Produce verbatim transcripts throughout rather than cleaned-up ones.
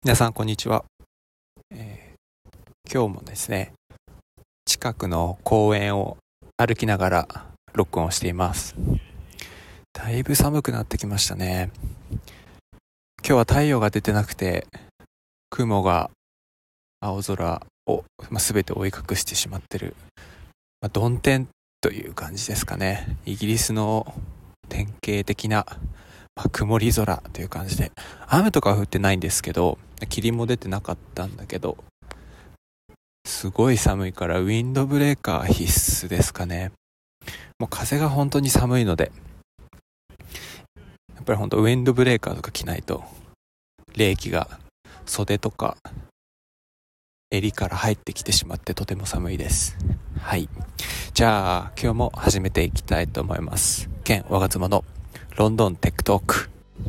皆さんこんにちは、えー、今日もですね近くの公園を歩きながら録音しています。だいぶ寒くなってきましたね。今日は太陽が出てなくて雲が青空を、まあ、全て覆い隠してしまってる、まあ、曇天という感じですかね。イギリスの典型的な、まあ、曇り空という感じで、雨とかは降ってないんですけど、霧も出てなかったんだけど、すごい寒いからウィンドブレーカー必須ですかね。もう風が本当に寒いので、やっぱり本当ウィンドブレーカーとか着ないと冷気が袖とか襟から入ってきてしまってとても寒いです。はい、じゃあ今日も始めていきたいと思います。ケン・ワガツマのロンドンテックトーク。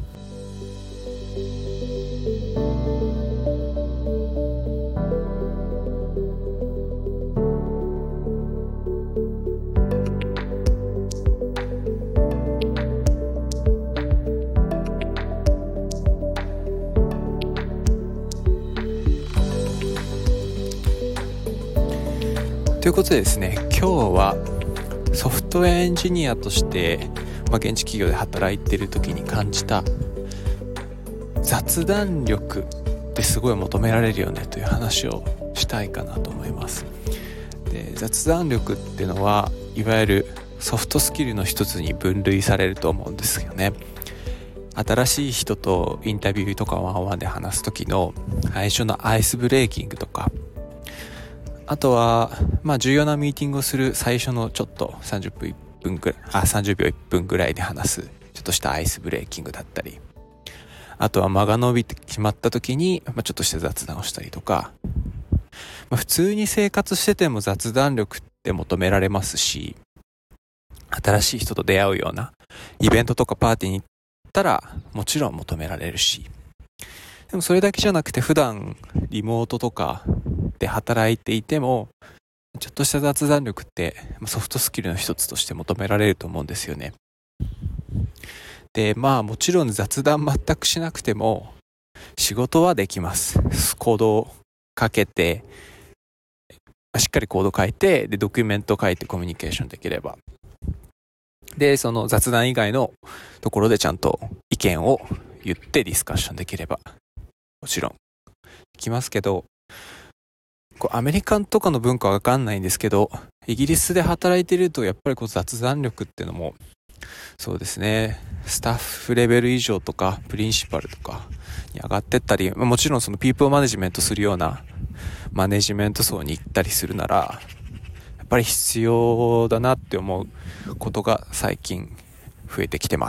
ということでですね、今日はソフトウェアエンジニアとして、まあ、現地企業で働いている時に感じた雑談力ってすごい求められるよねという話をしたいかなと思います。で、雑談力っていうのはいわゆるソフトスキルの一つに分類されると思うんですよね。新しい人とインタビューとかワンオンワンで話す時の最初のアイスブレーキングとか、あとは、まあ、重要なミーティングをする最初のちょっとさんじゅっぷんいっぷんぐらい、あ、さんじゅうびょういっぷんぐらいで話すちょっとしたアイスブレーキングだったり、あとは間が伸びてしまった時に、まあ、ちょっとした雑談をしたりとか、まあ、普通に生活してても雑談力って求められますし、新しい人と出会うようなイベントとかパーティーに行ったらもちろん求められるし、でもそれだけじゃなくて普段リモートとかで働いていてもちょっとした雑談力ってソフトスキルの一つとして求められると思うんですよね。で、まあもちろん雑談全くしなくても仕事はできます。コードをかけて、しっかりコード書いて、でドキュメント書いてコミュニケーションできれば、でその雑談以外のところでちゃんと意見を言ってディスカッションできればもちろんできますけど、こうアメリカンとかの文化は分かんないんですけど、イギリスで働いているとやっぱりこう雑談力っていうのもそうですね、スタッフレベル以上とかプリンシパルとかに上がってったり、もちろんそのピープルマネジメントするようなマネジメント層に行ったりするならやっぱり必要だなって思うことが最近増えてきてます。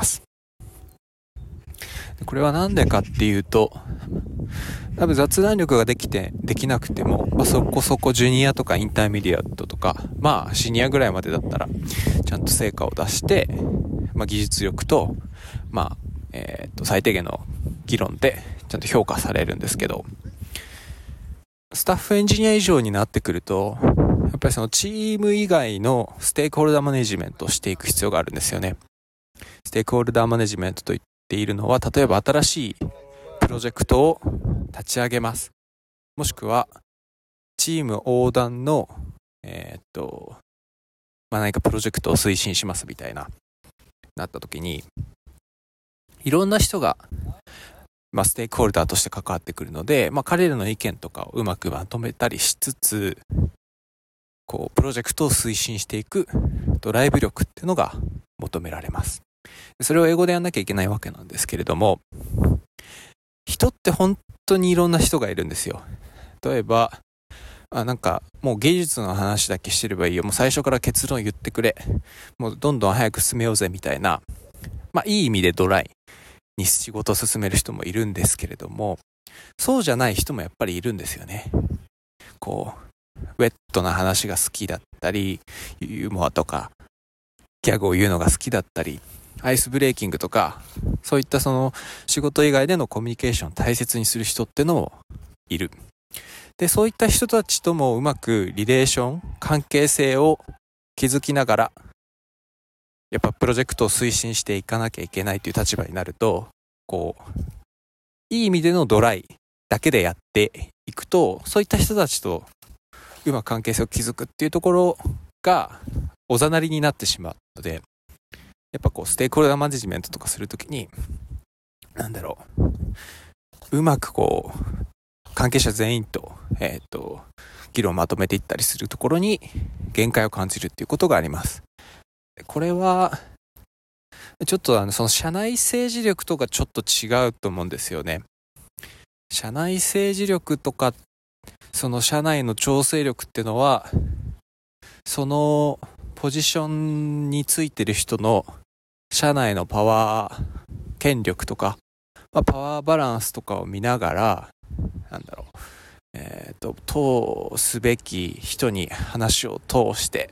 これはなんでかっていうと、多分雑談力ができてできなくても、まあ、そこそこジュニアとかインターミディアットとか、まあシニアぐらいまでだったらちゃんと成果を出して、まあ、技術力と、まあえー、と最低限の議論でちゃんと評価されるんですけど、スタッフエンジニア以上になってくるとやっぱりそのチーム以外のステークホルダーマネジメントをしていく必要があるんですよね。ステークホルダーマネジメントと言っているのは、例えば新しいプロジェクトを立ち上げます、もしくはチーム横断のえー、っとまあ何かプロジェクトを推進しますみたいななった時に、いろんな人が、まあ、ステークホルダーとして関わってくるので、まあ、彼らの意見とかをうまくまとめたりしつつ、こうプロジェクトを推進していくドライブ力っていうのが求められます。それを英語でやんなきゃいけないわけなんですけれども、人って本当にいろんな人がいるんですよ。例えばあなんかもう芸術の話だけしてればいいよ、もう最初から結論言ってくれ、もうどんどん早く進めようぜみたいな、まあいい意味でドライに仕事を進める人もいるんですけれども、そうじゃない人もやっぱりいるんですよね。こうウェットな話が好きだったり、ユーモアとかギャグを言うのが好きだったり、アイスブレーキングとか、そういったその仕事以外でのコミュニケーションを大切にする人ってのもいる。で、そういった人たちともうまくリレーション、関係性を築きながら、やっぱプロジェクトを推進していかなきゃいけないという立場になると、こういい意味でのドライだけでやっていくと、そういった人たちとうまく関係性を築くっていうところがおざなりになってしまうので、やっぱこうステークホルダーマネジメントとかするときに、なんだろう、うまくこう関係者全員とえっと議論をまとめていったりするところに限界を感じるっていうことがあります。これはちょっとあのその社内政治力とかちょっと違うと思うんですよね。社内政治力とかその社内の調整力っていうのは、そのポジションについてる人の社内のパワー権力とか、まあ、パワーバランスとかを見ながら、なんだろう、えーと通すべき人に話を通して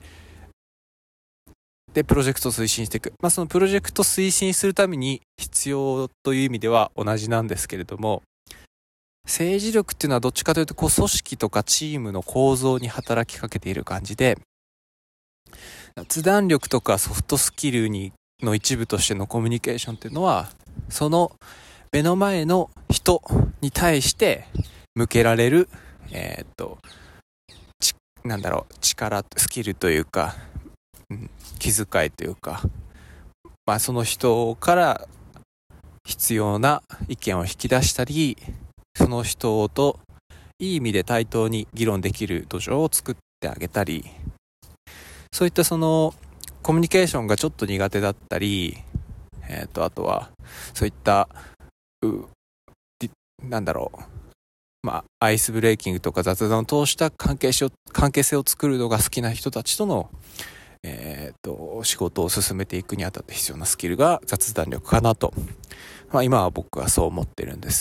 でプロジェクトを推進していく、まあ、そのプロジェクト推進するために必要という意味では同じなんですけれども、政治力っていうのはどっちかというとこう組織とかチームの構造に働きかけている感じで、雑談力とかソフトスキルにの一部としてのコミュニケーションっていうのは、その目の前の人に対して向けられるえー、っとちなんだろう力スキルというか、うん、気遣いというか、まあ、その人から必要な意見を引き出したり、その人といい意味で対等に議論できる土壌を作ってあげたり、そういったそのコミュニケーションがちょっと苦手だったり、えー、とあとはそういったうなんだろうまあアイスブレイキングとか雑談を通した関係性を関係性を作るのが好きな人たちとの、えー、と仕事を進めていくにあたって必要なスキルが雑談力かなと、まあ、今は僕はそう思ってるんです。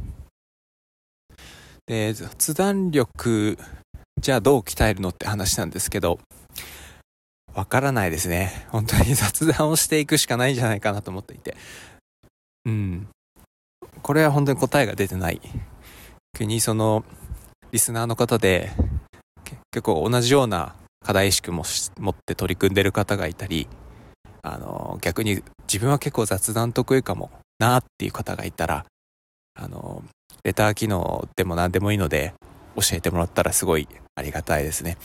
で、雑談力じゃあどう鍛えるのって話なんですけど、わからないですね。本当に雑談をしていくしかないんじゃないかなと思っていて、うんこれは本当に答えが出てない。逆にそのリスナーの方で結構同じような課題意識も持って取り組んでる方がいたり、あの逆に自分は結構雑談得意かもなっていう方がいたら、あのレター機能でも何でもいいので教えてもらったらすごいありがたいですね。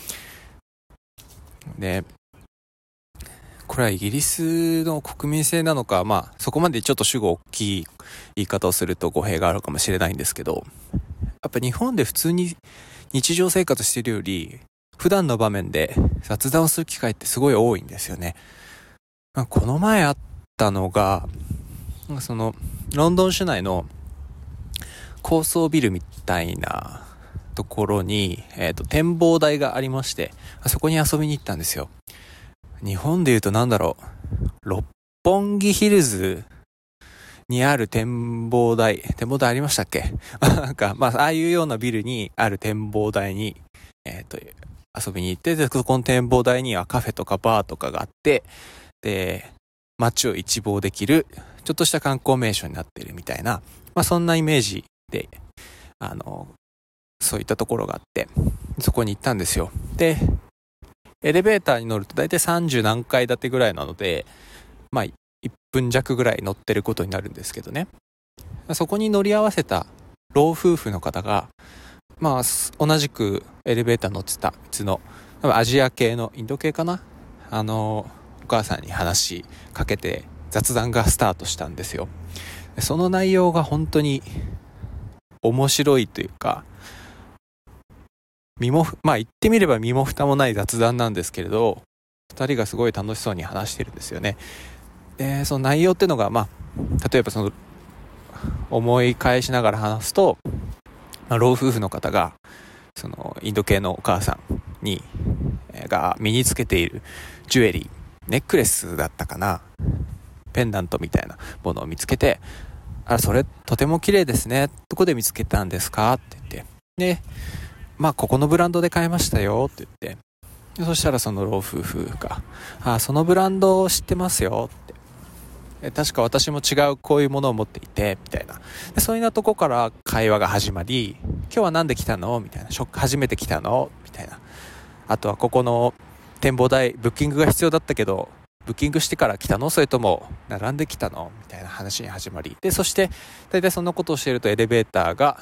で、これはイギリスの国民性なのか、まあそこまでちょっと主語大きい言い方をすると語弊があるかもしれないんですけど、やっぱ日本で普通に日常生活しているより普段の場面で雑談をする機会ってすごい多いんですよね。まあ、この前あったのが、そのロンドン市内の高層ビルみたいなところに、えーと、展望台がありまして、そこに遊びに行ったんですよ。日本でいうとなんだろう、六本木ヒルズにある展望台、展望台ありましたっけなんか、まあ、ああいうようなビルにある展望台に、えっと、遊びに行って、で、そこの展望台にはカフェとかバーとかがあって、で、街を一望できる、ちょっとした観光名所になっているみたいな、まあ、そんなイメージで、あの、そういったところがあって、そこに行ったんですよ。で、エレベーターに乗ると大体さんじゅう何階建てぐらいなので、まあ、いっぷん弱ぐらい乗ってることになるんですけどね。そこに乗り合わせた老夫婦の方が、まあ、同じくエレベーター乗ってた別のアジア系のインド系かな、あのお母さんに話しかけて雑談がスタートしたんですよ。その内容が本当に面白いというか、身もまあ言ってみれば身も蓋もない雑談なんですけれど、ふたりがすごい楽しそうに話してるんですよね。で、その内容っていうのが、まあ例えばその思い返しながら話すと、まあ、老夫婦の方がそのインド系のお母さんにが身につけているジュエリー、ネックレスだったかな、ペンダントみたいなものを見つけて、あ、それとても綺麗ですね、どこで見つけたんですかって言って、で、まあここのブランドで買いましたよって言って、そしたらその老夫婦が、あ、そのブランドを知ってますよって、確か私も違うこういうものを持っていてみたいな、でそういうなとこから会話が始まり、今日はなんで来たのみたいな、初めて来たのみたいな、あとはここの展望台ブッキングが必要だったけどブッキングしてから来たの、それとも並んで来たのみたいな話に始まり、でそして大体そんなことをしているとエレベーターが、え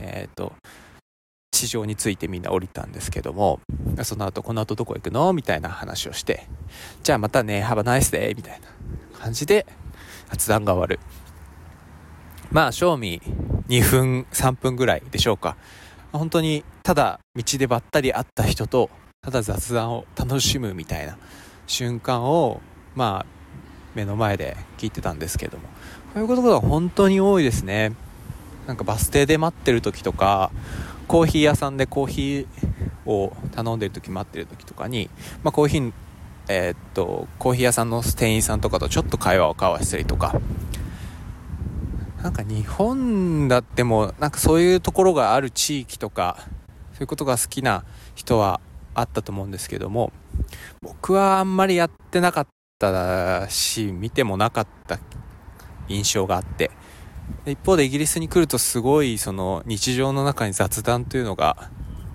えっと地上についてみんな降りたんですけども、その後この後どこ行くのみたいな話をして、じゃあまたね、ハバナイスデーみたいな感じで雑談が終わる。まあ正味にふんさんぷんぐらいでしょうか。本当にただ道でばったり会った人とただ雑談を楽しむみたいな瞬間をまあ目の前で聞いてたんですけども、こういうことが本当に多いですね。なんかバス停で待ってる時とか、コーヒー屋さんでコーヒーを頼んでる時、待ってる時とかに、まあ、コーヒーえー、っとコーヒー屋さんの店員さんとかとちょっと会話を交わしたりとか、なんか日本だってもなんかそういうところがある地域とかそういうことが好きな人はあったと思うんですけども、僕はあんまりやってなかったし見てもなかった印象があって、一方でイギリスに来るとすごいその日常の中に雑談というのが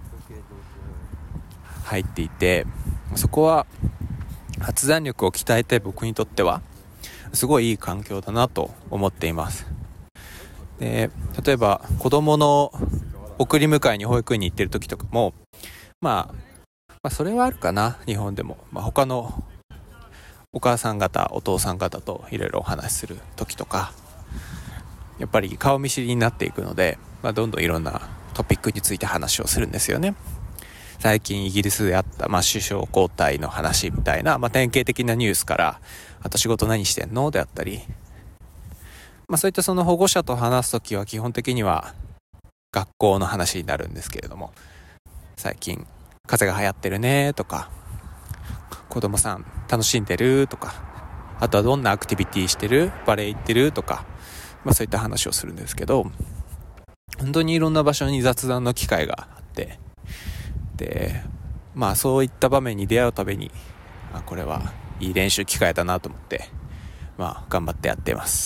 入っていて、そこは発談力を鍛えたい僕にとってはすごいいい環境だなと思っています。で、例えば子供の送り迎えに保育園に行ってる時とかも、まあ、まあそれはあるかな、日本でも、まあ、他のお母さん方お父さん方といろいろお話しする時とか、やっぱり顔見知りになっていくので、まあ、どんどんいろんなトピックについて話をするんですよね。最近イギリスであった、まあ、首相交代の話みたいな、まあ、典型的なニュースから、あと仕事何してんのであったり、まあ、そういったその保護者と話すときは基本的には学校の話になるんですけれども、最近風邪が流行ってるねとか、子供さん楽しんでるとか、あとはどんなアクティビティしてる、バレエ行ってるとか、まあ、そういった話をするんですけど、本当にいろんな場所に雑談の機会があって、で、まあそういった場面に出会うたびに、まあ、これはいい練習機会だなと思って、まあ頑張ってやっています。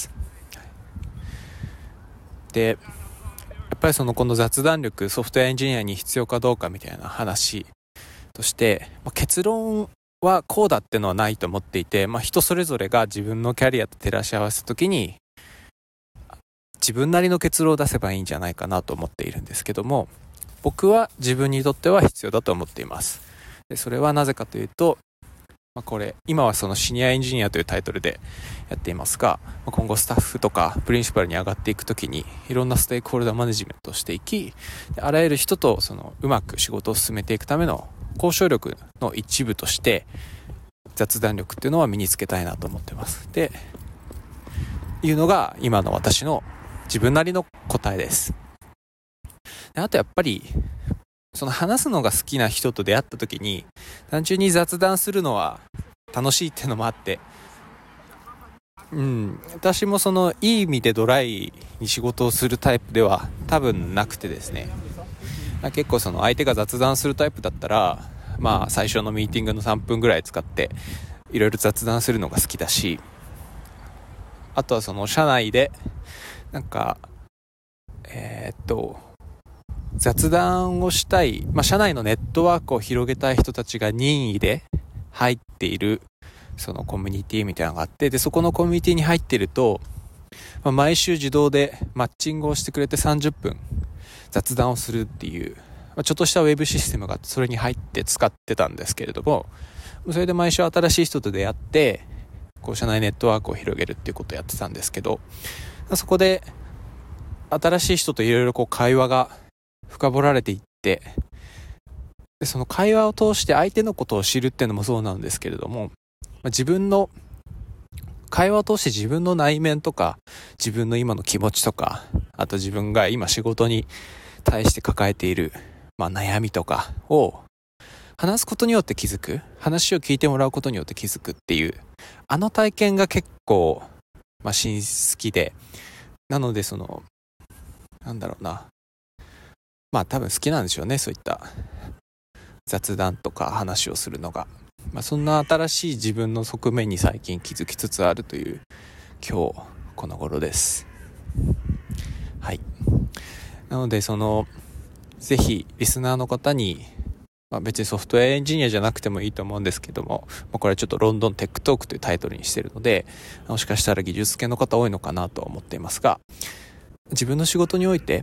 で、やっぱりそのこの雑談力、ソフトウェアエンジニアに必要かどうかみたいな話として、まあ、結論はこうだってのはないと思っていて、まあ、人それぞれが自分のキャリアと照らし合わせたときに自分なりの結論を出せばいいんじゃないかなと思っているんですけども、僕は自分にとっては必要だと思っています。で、それはなぜかというと、まあ、これ今はそのシニアエンジニアというタイトルでやっていますが、まあ、今後スタッフとかプリンシパルに上がっていくときにいろんなステークホルダーマネジメントをしていき、あらゆる人とそのうまく仕事を進めていくための交渉力の一部として雑談力っていうのは身につけたいなと思ってます。で、いうのが今の私の自分なりの答えです。あとやっぱりその話すのが好きな人と出会った時に単純に雑談するのは楽しいっていうのもあって、うん、私もそのいい意味でドライに仕事をするタイプでは多分なくてですね、結構その相手が雑談するタイプだったら、まあ最初のミーティングのさんぷんぐらい使っていろいろ雑談するのが好きだし、あとはその社内でなんかえー、っと雑談をしたい、まあ、社内のネットワークを広げたい人たちが任意で入っているそのコミュニティみたいなのがあって、でそこのコミュニティに入っていると、まあ、毎週自動でマッチングをしてくれてさんじゅっぷん雑談をするっていう、まあ、ちょっとしたウェブシステムがあって、それに入って使ってたんですけれども、それで毎週新しい人と出会ってこう社内ネットワークを広げるっていうことをやってたんですけど、そこで新しい人といろいろこう会話が深掘られていって、でその会話を通して相手のことを知るっていうのもそうなんですけれども、まあ、自分の会話を通して自分の内面とか自分の今の気持ちとか、あと自分が今仕事に対して抱えている、まあ、悩みとかを話すことによって気づく、話を聞いてもらうことによって気づくっていう、あの体験が結構、まあ、好きで、なのでそのなんだろうな、まあ多分好きなんでしょうね、そういった雑談とか話をするのが。まあ、そんな新しい自分の側面に最近気づきつつあるという今日この頃です。はい。なのでそのぜひリスナーの方に、まあ、別にソフトウェアエンジニアじゃなくてもいいと思うんですけども、まあ、これはちょっとロンドンテックトークというタイトルにしているので、もしかしたら技術系の方多いのかなと思っていますが、自分の仕事において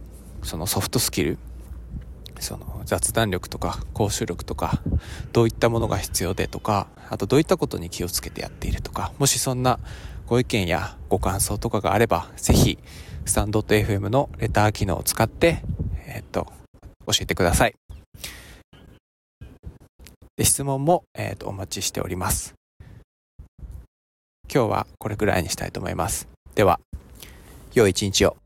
そのソフトスキル、その雑談力とか講習力とか、どういったものが必要でとか、あとどういったことに気をつけてやっているとか、もしそんなご意見やご感想とかがあれば、ぜひスタンド エフエム のレター機能を使ってえー、っと教えてください。で質問も、えー、っとお待ちしております。今日はこれくらいにしたいと思います。では良い一日を。